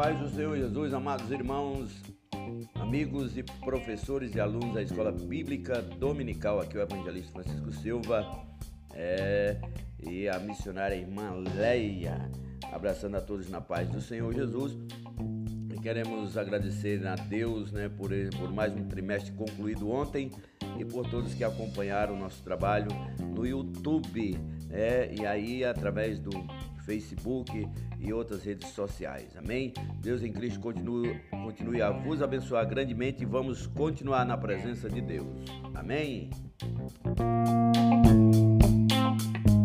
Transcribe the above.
paz do Senhor Jesus, amados irmãos, amigos e professores e alunos da Escola Bíblica Dominical, aqui é o evangelista Francisco Silva e a missionária irmã Leia, abraçando a todos na paz do Senhor Jesus. E queremos agradecer a Deus, por mais um trimestre concluído ontem e por todos que acompanharam o nosso trabalho no YouTube, e aí através do Facebook e outras redes sociais. Amém? Deus em Cristo continue a vos abençoar grandemente e vamos continuar na presença de Deus. Amém?